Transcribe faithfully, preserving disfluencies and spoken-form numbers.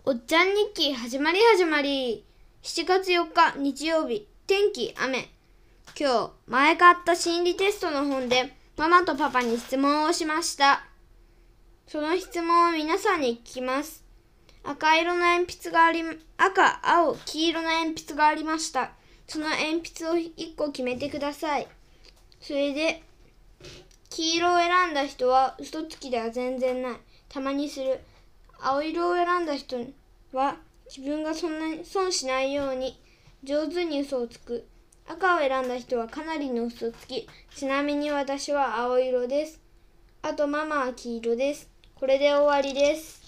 おっちゃん日記始まり始まり。しちがつよっか日曜日、天気雨。今日前買った心理テストの本でママとパパに質問をしました。その質問を皆さんに聞きます。赤色の鉛筆があり、赤、青、黄色の鉛筆がありました。その鉛筆をいっこ決めてください。それで、黄色を選んだ人は嘘つきでは全然ない。たまにする。青色を選んだ人は自分がそんなに損しないように上手に嘘をつく。赤を選んだ人はかなりの嘘つき。ちなみに私は青色です。あとママは黄色です。これで終わりです。